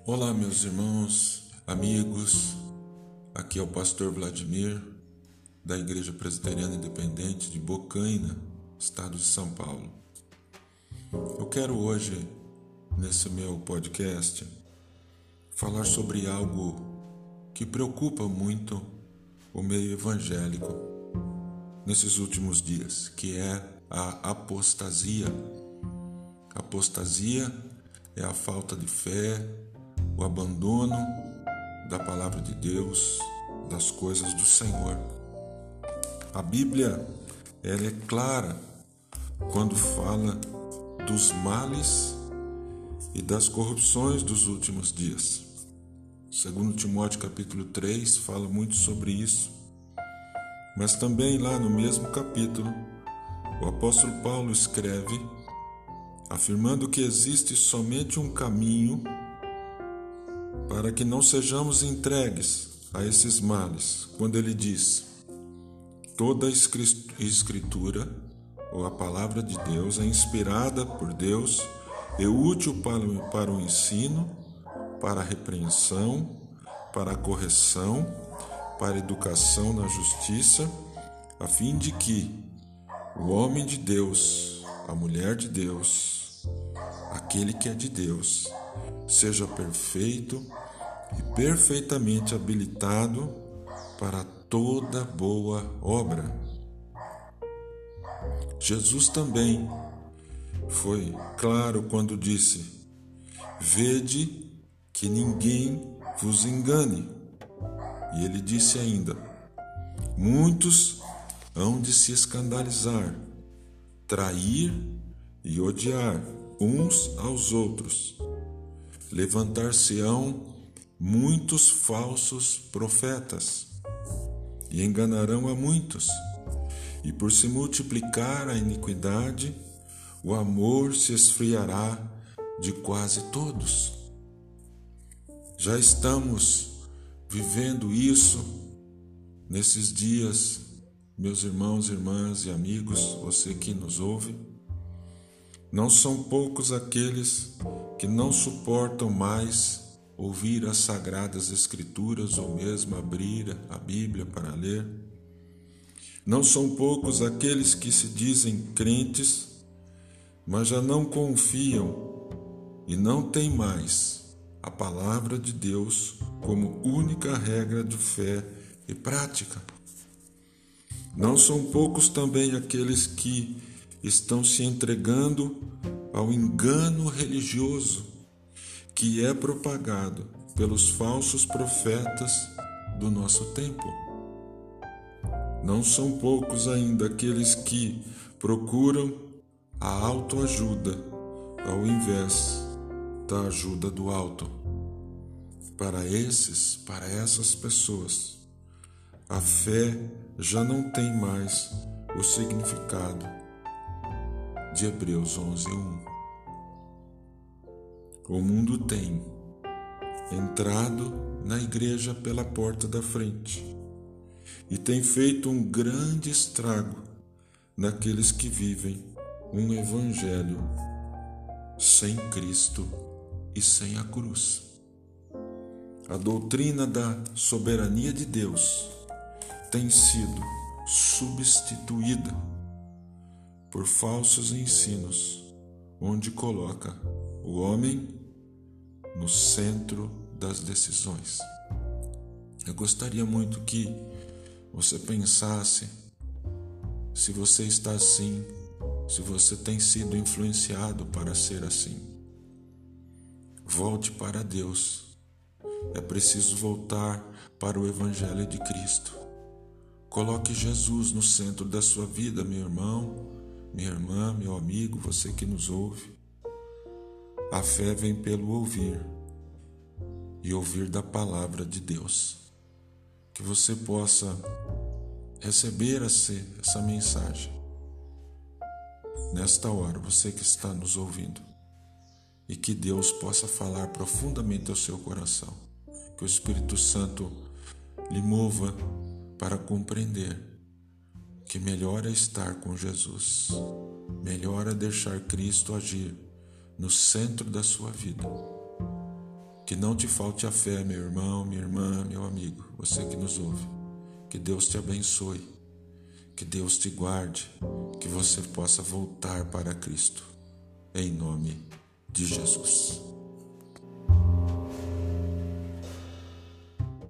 Olá, meus irmãos, amigos, aqui é o pastor Vladimir, da Igreja Presbiteriana Independente de Bocaina, estado de São Paulo. Eu quero hoje, nesse meu podcast, falar sobre algo que preocupa muito o meio evangélico nesses últimos dias, que é a apostasia. Apostasia é a falta de fé, o abandono da palavra de Deus, das coisas do Senhor. A Bíblia, ela é clara quando fala dos males e das corrupções dos últimos dias. Segundo Timóteo capítulo 3 fala muito sobre isso. Mas também lá no mesmo capítulo, o apóstolo Paulo escreve afirmando que existe somente um caminho para que não sejamos entregues a esses males, quando ele diz: toda a escritura, ou a palavra de Deus, é inspirada por Deus e útil para o ensino, para a repreensão, para a correção, para a educação na justiça, a fim de que o homem de Deus, a mulher de Deus, aquele que é de Deus, seja perfeito e perfeitamente habilitado para toda boa obra. Jesus também foi claro quando disse: vede que ninguém vos engane. E ele disse ainda: muitos hão de se escandalizar, trair e odiar uns aos outros. Levantar-se-ão muitos falsos profetas e enganarão a muitos. E por se multiplicar a iniquidade, o amor se esfriará de quase todos. Já estamos vivendo isso nesses dias, meus irmãos, irmãs e amigos, você que nos ouve. Não são poucos aqueles que não suportam mais ouvir as Sagradas Escrituras ou mesmo abrir a Bíblia para ler. Não são poucos aqueles que se dizem crentes, mas já não confiam e não têm mais a palavra de Deus como única regra de fé e prática. Não são poucos também aqueles que estão se entregando ao engano religioso que é propagado pelos falsos profetas do nosso tempo. Não são poucos ainda aqueles que procuram a autoajuda ao invés da ajuda do alto. Para essas pessoas, a fé já não tem mais o significado de Hebreus 11:1. O mundo tem entrado na igreja pela porta da frente e tem feito um grande estrago naqueles que vivem um evangelho sem Cristo e sem a cruz. A doutrina da soberania de Deus tem sido substituída por falsos ensinos, onde coloca o homem no centro das decisões. Eu gostaria muito que você pensasse se você está assim, se você tem sido influenciado para ser assim. Volte para Deus. É preciso voltar para o Evangelho de Cristo. Coloque Jesus no centro da sua vida, meu irmão, minha irmã, meu amigo, você que nos ouve. A fé vem pelo ouvir e ouvir da palavra de Deus. Que você possa receber essa mensagem nesta hora, você que está nos ouvindo, e que Deus possa falar profundamente ao seu coração. Que o Espírito Santo lhe mova para compreender que melhor é estar com Jesus, melhor é deixar Cristo agir no centro da sua vida, Que não te falte a fé, meu irmão, minha irmã, meu amigo, você que nos ouve. Que Deus te abençoe, que Deus te guarde, que você possa voltar para Cristo, em nome de Jesus.